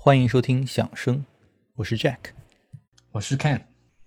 欢迎收听响声，我是 Jack， 我是 Ken。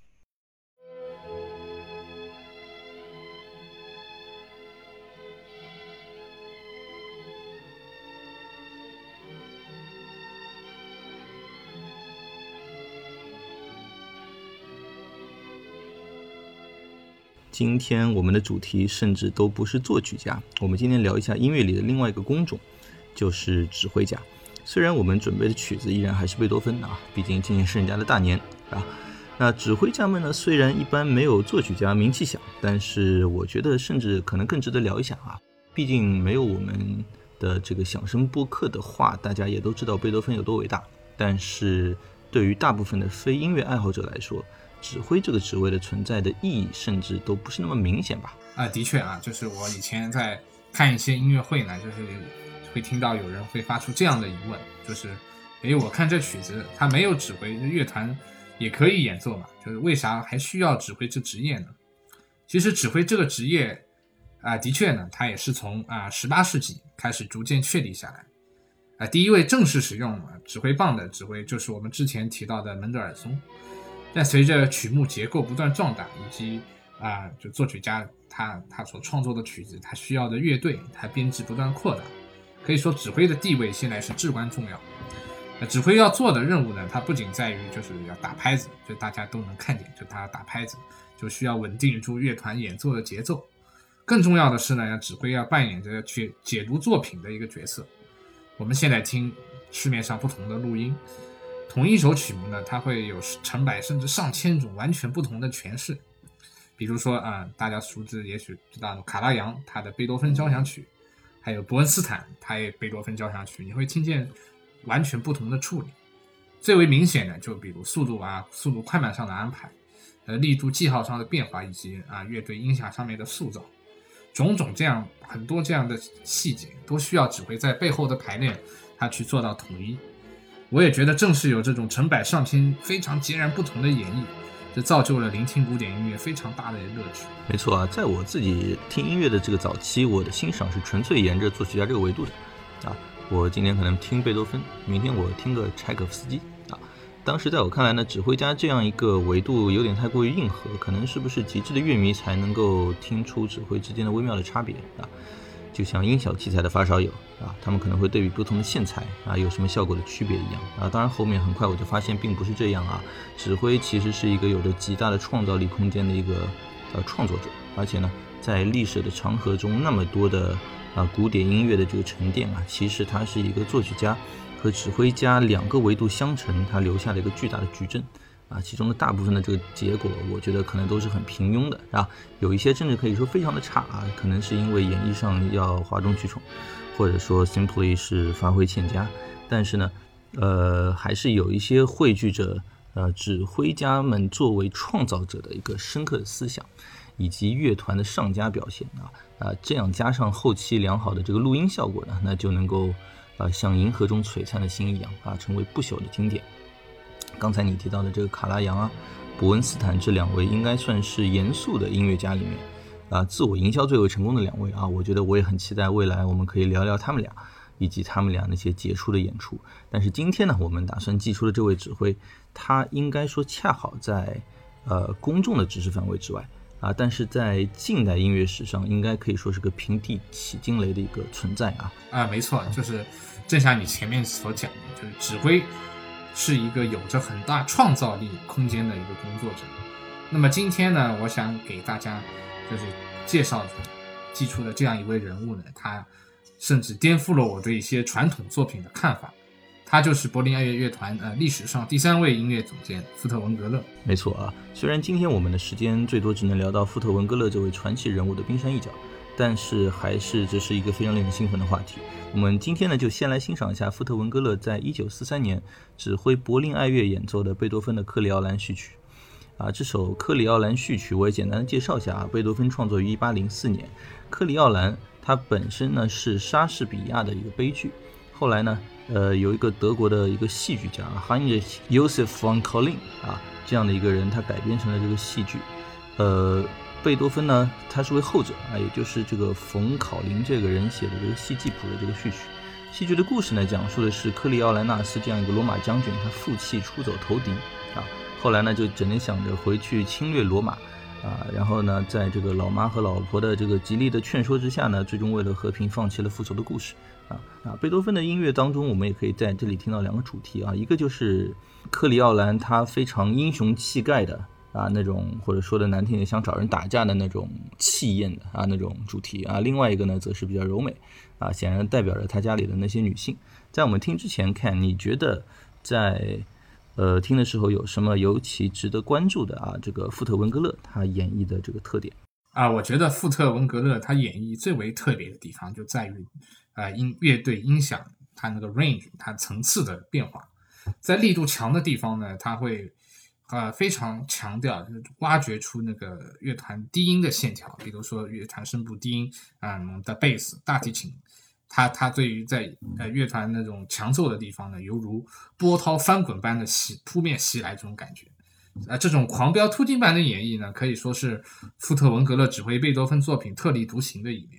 今天我们的主题甚至都不是作曲家，我们今天聊一下音乐里的另外一个工种，就是指挥家。虽然我们准备的曲子依然还是贝多芬啊，毕竟今年是人家的大年啊。那指挥家们呢，虽然一般没有作曲家名气响，但是我觉得甚至可能更值得聊一下啊。毕竟没有我们的这个响声播客的话，大家也都知道贝多芬有多伟大。但是对于大部分的非音乐爱好者来说，指挥这个职位的存在的意义甚至都不是那么明显吧？ 的确啊，就是我以前在看一些音乐会呢，就是会听到有人会发出这样的疑问，就是我看这曲子他没有指挥，乐团也可以演奏嘛，就是为啥还需要指挥这职业呢？其实指挥这个职业的确呢，它也是从18世纪开始逐渐确立下来。第一位正式使用指挥棒的指挥就是我们之前提到的门德尔松。但随着曲目结构不断壮大，以及就作曲家他所创作的曲子，他需要的乐队，他编制不断扩大，可以说指挥的地位现在是至关重要。指挥要做的任务呢，它不仅在于就是要打拍子，就大家都能看见，就他打拍子，就需要稳定住乐团演奏的节奏。更重要的是呢，指挥要扮演着去解读作品的一个角色。我们现在听市面上不同的录音，同一首曲目呢，它会有成百甚至上千种完全不同的诠释。比如说大家熟知也许知道卡拉扬他的贝多芬交响曲，还有伯恩斯坦他也贝多芬交响曲，你会听见完全不同的处理。最为明显的就比如速度快慢上的安排，力度记号上的变化，以及乐队音响上面的塑造，种种这样很多这样的细节都需要指挥在背后的排练他去做到统一。我也觉得正是有这种成百上千非常截然不同的演绎，这造就了聆听古典音乐非常大的乐趣。 没错啊，在我自己听音乐的这个早期，我的欣赏是纯粹沿着作曲家这个维度的我今天可能听贝多芬，明天我听个柴可夫斯基当时在我看来呢，指挥家这样一个维度有点太过于硬核，可能是不是极致的乐迷才能够听出指挥之间的微妙的差别就像音响器材的发烧友他们可能会对比不同的线材有什么效果的区别一样当然后面很快我就发现并不是这样指挥其实是一个有着极大的创造力空间的一个创作者，而且呢在历史的长河中那么多的古典音乐的这个沉淀其实它是一个作曲家和指挥家两个维度相乘，它留下了一个巨大的矩阵其中的大部分的这个结果我觉得可能都是很平庸的有一些甚至可以说非常的差可能是因为演绎上要哗众取宠，或者说 simply 是发挥欠佳，但是呢还是有一些汇聚着指挥家们作为创造者的一个深刻的思想，以及乐团的上佳表现这样加上后期良好的这个录音效果呢，那就能够像银河中璀璨的星一样成为不朽的经典。刚才你提到的这个卡拉扬伯恩斯坦这两位应该算是严肃的音乐家里面自我营销最为成功的两位我觉得我也很期待未来我们可以聊聊他们俩以及他们俩那些杰出的演出。但是今天呢，我们打算寄出的这位指挥，他应该说恰好在公众的知识范围之外但是在近代音乐史上应该可以说是个平地起惊雷的一个存在没错，就是正像你前面所讲的，就是指挥是一个有着很大创造力空间的一个工作者。那么今天呢，我想给大家就是介绍寄出的这样一位人物呢，他甚至颠覆了我对一些传统作品的看法。他就是柏林爱乐乐团历史上第3位音乐总监福特文格勒。 没错虽然今天我们的时间最多只能聊到福特文格勒这位传奇人物的冰山一角，但是还是这是一个非常令人兴奋的话题。我们今天呢就先来欣赏一下福特文格勒在1943年指挥柏林爱乐演奏的贝多芬的克里奥兰序曲这首克里奥兰序曲我也简单的介绍一下贝多芬创作于1804年。克里奥兰它本身呢是莎士比亚的一个悲剧，后来呢有一个德国的一个戏剧家Heinrich Joseph von Collin这样的一个人，他改编成了这个戏剧。贝多芬呢他是为后者也就是这个冯考林这个人写的这个戏记谱的这个序曲， 戏剧的故事呢，讲述的是克里奥兰纳斯这样一个罗马将军，他负气出走投敌啊，后来呢就整天想着回去侵略罗马啊，然后呢，在这个老妈和老婆的这个极力的劝说之下呢，最终为了和平放弃了复仇的故事贝多芬的音乐当中，我们也可以在这里听到两个主题啊，一个就是克里奥兰他非常英雄气概的那种，或者说的难听点，想找人打架的那种气焰的那种主题另外一个呢则是比较柔美显然代表着他家里的那些女性。在我们听之前看，你觉得在听的时候有什么尤其值得关注的这个富特文格勒他演绎的这个特点我觉得富特文格勒他演绎最为特别的地方就在于乐队音响它那个 range 它层次的变化。在力度强的地方呢，它会非常强调就是挖掘出那个乐团低音的线条，比如说乐团声部低音的贝斯大提琴，它对于在乐团那种强奏的地方呢，犹如波涛翻滚般的扑面袭来这种感觉这种狂飙突进般的演绎呢，可以说是富特文格勒指挥贝多芬作品特立独行的一面。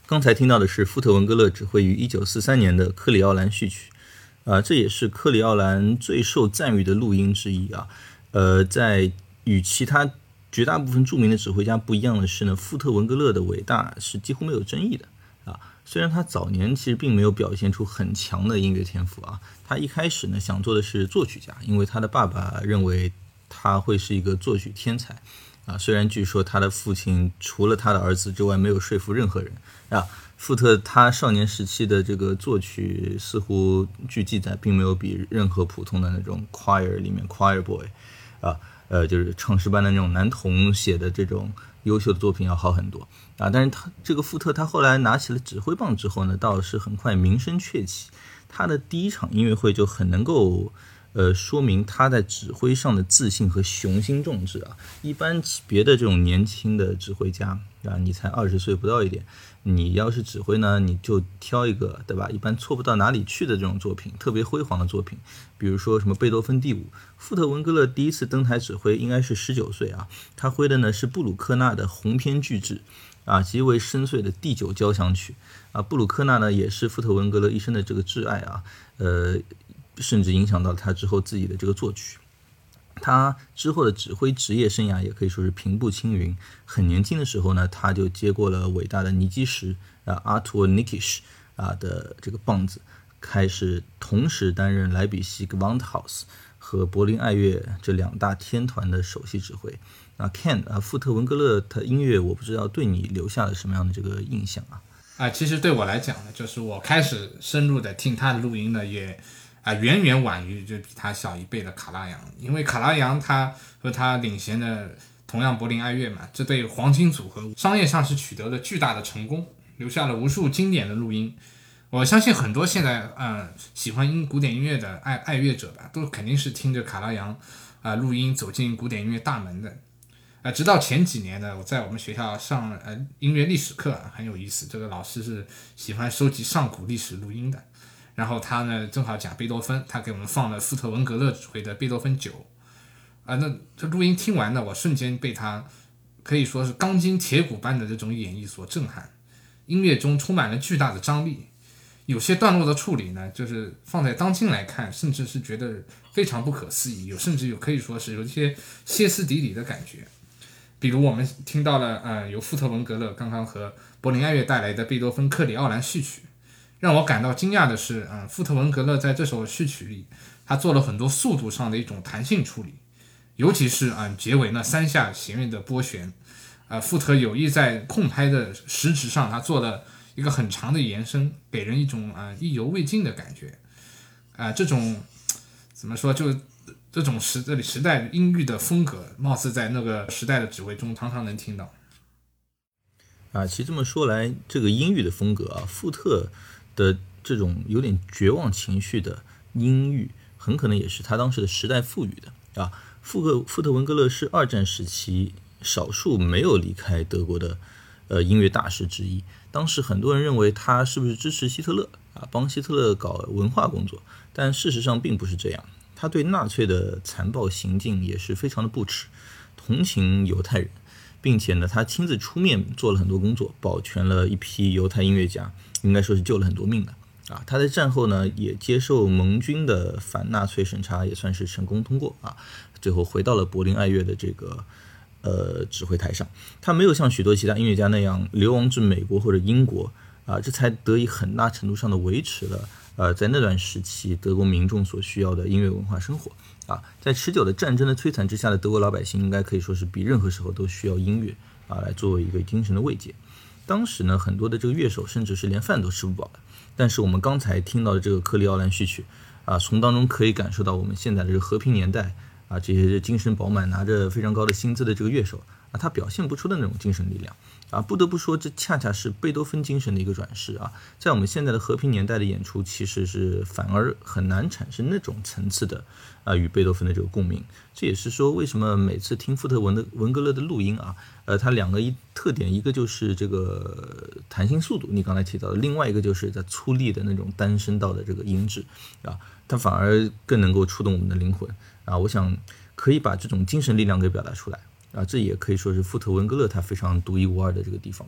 刚才听到的是富特文格勒指挥于1943年的克里奥兰序曲，这也是克里奥兰最受赞誉的录音之一啊。在与其他绝大部分著名的指挥家不一样的是呢，富特文格勒的伟大是几乎没有争议的啊。虽然他早年其实并没有表现出很强的音乐天赋啊，他一开始呢想做的是作曲家，因为他的爸爸认为他会是一个作曲天才啊。虽然据说他的父亲除了他的儿子之外没有说服任何人啊。富特他少年时期的这个作曲似乎据记载并没有比任何普通的那种 choir 里面 choir boy 啊，就是唱诗班的那种男童写的这种优秀的作品要好很多啊。但是他这个富特他后来拿起了指挥棒之后呢，倒是很快名声鹊起。他的第一场音乐会就很能够说明他在指挥上的自信和雄心壮志啊。一般别的这种年轻的指挥家啊，你才20岁不到一点，你要是指挥呢，你就挑一个，对吧？一般错不到哪里去的这种作品，特别辉煌的作品，比如说什么贝多芬第5。富特文格勒第一次登台指挥应该是19岁啊，他挥的呢是布鲁克纳的鸿篇巨制啊，极为深邃的第9交响曲啊。布鲁克纳呢也是富特文格勒一生的这个挚爱啊，甚至影响到他之后自己的这个作曲。他之后的指挥职业生涯也可以说是平步青云。很年轻的时候呢，他就接过了伟大的尼基什阿图尔尼基什的这个棒子，开始同时担任莱比锡 Gewandhaus 和柏林爱乐这2大天团的首席指挥。Ken 富特文格勒的音乐，我不知道对你留下了什么样的这个印象其实对我来讲呢，就是我开始深入的听他的录音呢，也远远晚于就比他小1倍的卡拉扬。因为卡拉扬他和他领衔的同样柏林爱乐嘛，这对黄金组合商业上是取得了巨大的成功，留下了无数经典的录音。我相信很多现在喜欢古典音乐的爱乐者吧，都肯定是听着卡拉扬录音走进古典音乐大门的。直到前几年呢，我在我们学校上音乐历史课很有意思，这个老师是喜欢收集上古历史录音的。然后他呢正好讲贝多芬，他给我们放了富特文格勒指挥的贝多芬9那这录音听完呢，我瞬间被他可以说是钢筋铁骨般的这种演绎所震撼。音乐中充满了巨大的张力，有些段落的处理呢，就是放在当今来看，甚至是觉得非常不可思议，甚至可以说是有一些歇斯底里的感觉。比如我们听到了由富特文格勒刚刚和柏林爱乐带来的贝多芬克里奥兰序曲。让我感到惊讶的是，富特文格勒在这首序曲里，他做了很多速度上的一种弹性处理，尤其是结尾那3下弦乐的拨弦，富特有意在空拍的时值上，他做了一个很长的延伸，给人一种意犹未尽的感觉。这种怎么说，就这种时代音域的风格，貌似在那个时代的指挥中常常能听到。 其实这么说来，这个音域的风格富特的这种有点绝望情绪的音域，很可能也是他当时的时代赋予的富特文格勒是2战时期少数没有离开德国的音乐大师之一。当时很多人认为他是不是支持希特勒帮希特勒搞文化工作，但事实上并不是这样。他对纳粹的残暴行径也是非常的不耻，同情犹太人，并且呢，他亲自出面做了很多工作，保全了一批犹太音乐家，应该说是救了很多命的他在战后呢，也接受盟军的反纳粹审查，也算是成功通过最后回到了柏林爱乐的这个指挥台上。他没有像许多其他音乐家那样流亡至美国或者英国这才得以很大程度上的维持了在那段时期德国民众所需要的音乐文化生活在持久的战争的摧残之下的德国老百姓，应该可以说是比任何时候都需要音乐来作为一个精神的慰藉。当时呢，很多的这个乐手甚至是连饭都吃不饱的。但是我们刚才听到的这个克里奥兰序曲从当中可以感受到我们现在的这个和平年代这些精神饱满、拿着非常高的薪资的这个乐手他表现不出的那种精神力量不得不说，这恰恰是贝多芬精神的一个转世在我们现在的和平年代的演出，其实是反而很难产生那种层次的与贝多芬的这个共鸣。这也是说为什么每次听富特文格勒的录音它2个特点，一个就是这个弹性速度，你刚才提到的，另外一个就是在粗粝的那种单声道的这个音质它反而更能够触动我们的灵魂我想可以把这种精神力量给表达出来这也可以说是富特文格勒他非常独一无二的这个地方吧。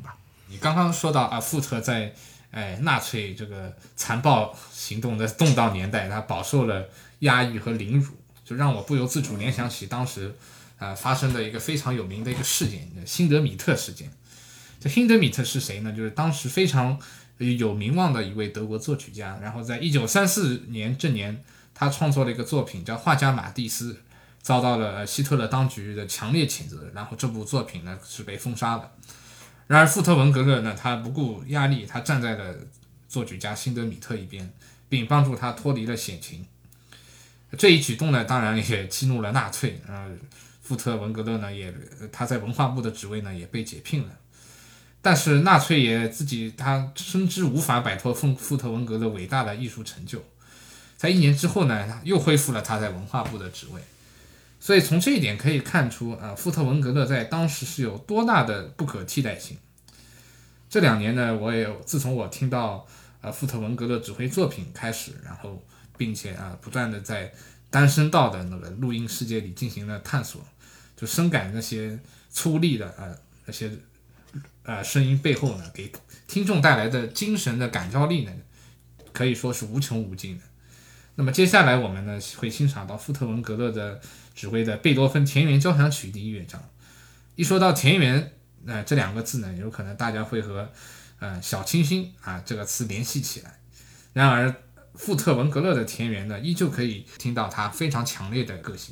你刚刚说到啊，富特在纳粹这个残暴行动的动荡年代，他饱受了压抑和凌辱，就让我不由自主联想起当时发生的一个非常有名的一个事件——辛德米特事件。这辛德米特是谁呢？就是当时非常有名望的一位德国作曲家，然后在1934年这年，他创作了一个作品叫《画家马蒂斯》，遭到了希特勒当局的强烈谴责，然后这部作品呢是被封杀的。然而富特文格勒呢，他不顾压力，他站在了作曲家辛德米特一边，并帮助他脱离了险情。这一举动呢，当然也激怒了纳粹。富特文格勒呢，他在文化部的职位呢也被解聘了。但是纳粹也他深知无法摆脱富特文格勒伟大的艺术成就，在1年之后呢，又恢复了他在文化部的职位。所以从这一点可以看出，富特文格勒在当时是有多大的不可替代性。这2年呢，自从我听到富特文格勒指挥作品开始，然后并且不断的在单声道的那个录音世界里进行了探索，就深感那些粗粝的那些声音背后呢，给听众带来的精神的感召力呢，可以说是无穷无尽的。那么接下来我们呢会欣赏到富特文格勒的指挥的贝多芬田园交响曲第1乐章。一说到田园，这2个字呢，有可能大家会和小清新这个词联系起来。然而富特文格勒的田园呢，依旧可以听到他非常强烈的个性。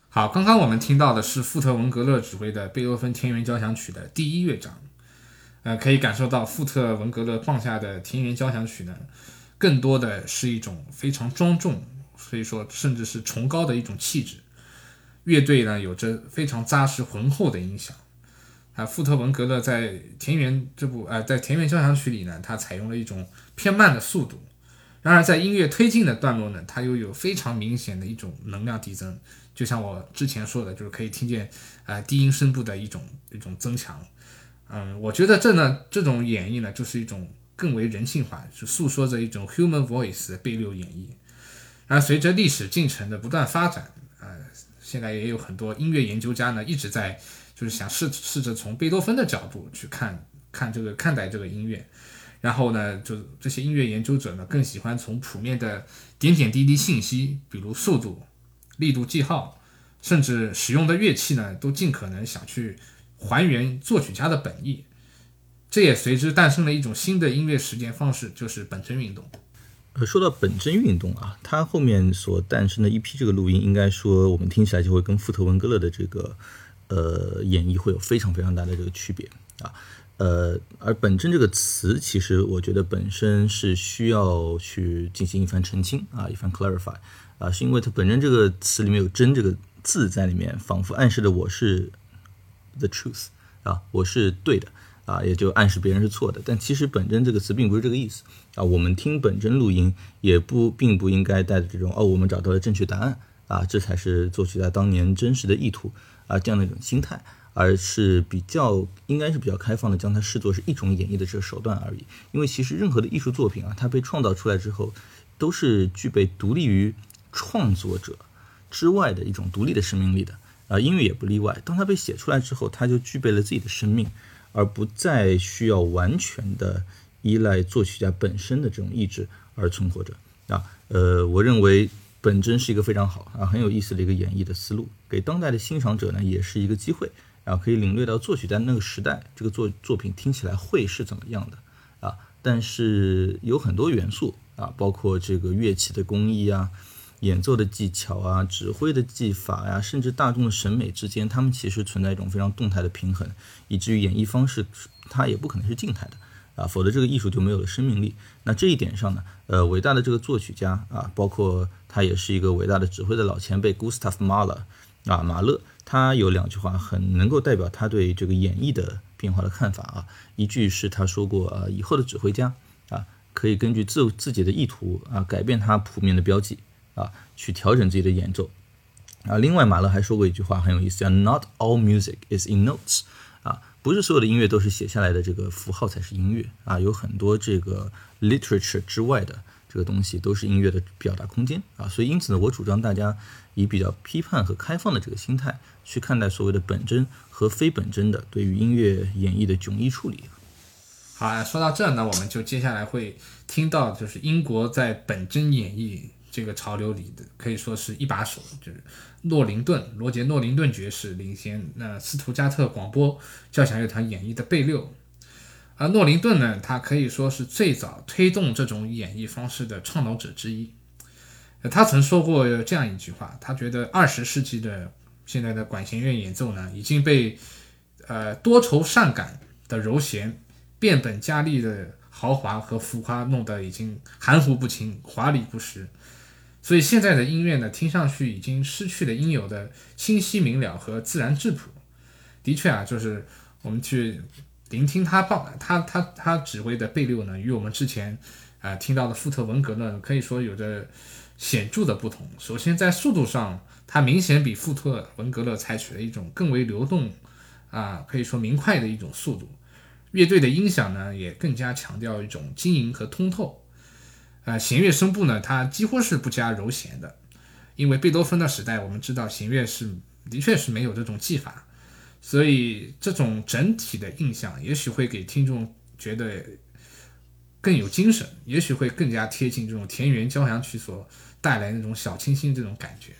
好，刚刚我们听到的是富特文格勒指挥的贝多芬田园交响曲的第一乐章。可以感受到富特文格勒放下的田园交响曲呢，更多的是一种非常庄重，所以说甚至是崇高的一种气质。乐队呢有着非常扎实浑厚的音响。富特文格勒在在田园交响曲里呢，他采用了一种偏慢的速度。然而在音乐推进的段落呢，它又有非常明显的一种能量递增，就像我之前说的，就是可以听见低音声部的一种增强。我觉得这种演绎呢，就是一种更为人性化，是诉说着一种 human voice 的贝六演绎。而随着历史进程的不断发展，现在也有很多音乐研究家呢，一直在就是想试着从贝多芬的角度去看待这个音乐。然后呢，就这些音乐研究者呢，更喜欢从谱面的点点滴滴信息，比如速度、力度记号，甚至使用的乐器呢，都尽可能想去还原作曲家的本意。这也随之诞生了一种新的音乐实践方式，就是本真运动。 说到本真运动啊，它后面所诞生的一批这个录音，应该说我们听起来就会跟富特文格勒的这个演绎会有非常非常大的这个区别啊。而本真这个词，其实我觉得本身是需要去进行一番澄清啊，一番 clarify 啊，是因为它本身这个词里面有真这个字在里面，仿佛暗示的我是 the truth 啊，我是对的啊，也就暗示别人是错的。但其实本真这个词并不是这个意思啊。我们听本真录音并不应该带着这种我们找到了正确答案啊，这才是作曲家当年真实的意图啊这样的一种心态。而是应该是比较开放的，将它视作是一种演绎的这个手段而已。因为其实任何的艺术作品啊，它被创造出来之后，都是具备独立于创作者之外的一种独立的生命力的音乐也不例外。当它被写出来之后，它就具备了自己的生命，而不再需要完全的依赖作曲家本身的这种意志而存活着我认为本真是一个非常好很有意思的一个演绎的思路，给当代的欣赏者呢也是一个机会。可以领略到作曲家那个时代这个作品听起来会是怎么样的但是有很多元素包括这个乐器的工艺演奏的技巧指挥的技法甚至大众的审美之间，他们其实存在一种非常动态的平衡，以至于演绎方式它也不可能是静态的否则这个艺术就没有了生命力。那这一点上呢，伟大的这个作曲家包括他也是一个伟大的指挥的老前辈 Gustav Mahler马勒，他有两句话很能够代表他对这个演绎的变化的看法一句是他说过以后的指挥家可以根据自己的意图改变他谱面的标记去调整自己的演奏另外马勒还说过一句话很有意思，Not all music is in notes不是所有的音乐都是写下来的这个符号才是音乐有很多这个 literature 之外的这个东西都是音乐的表达空间所以因此呢，我主张大家以比较批判和开放的这个心态去看待所谓的本真和非本真的对于音乐演绎的迥异处理。 好，说到这呢，我们就接下来会听到就是英国在本真演绎这个潮流里的可以说是一把手，就是罗杰诺林顿爵士领衔斯图加特广播交响乐团演绎的贝六。而诺林顿呢，他可以说是最早推动这种演绎方式的倡导者之一。他曾说过这样一句话，他觉得20世纪的现在的管弦乐演奏呢，已经被多愁善感的柔弦、变本加厉的豪华和浮夸弄得已经含糊不清、华丽不实。所以现在的音乐呢，听上去已经失去了应有的清晰明了和自然质朴。的确就是我们去聆听他指挥的贝六呢，与我们之前听到的富特文格勒可以说有着显著的不同。首先在速度上，它明显比富特文格勒采取了一种更为流动可以说明快的一种速度。乐队的音响呢，也更加强调一种晶莹和通透。弦乐声部呢，它几乎是不加柔弦的，因为贝多芬的时代，我们知道弦乐的确是没有这种技法。所以这种整体的印象也许会给听众觉得更有精神，也许会更加贴近这种田园交响曲所带来那种小清新这种感觉。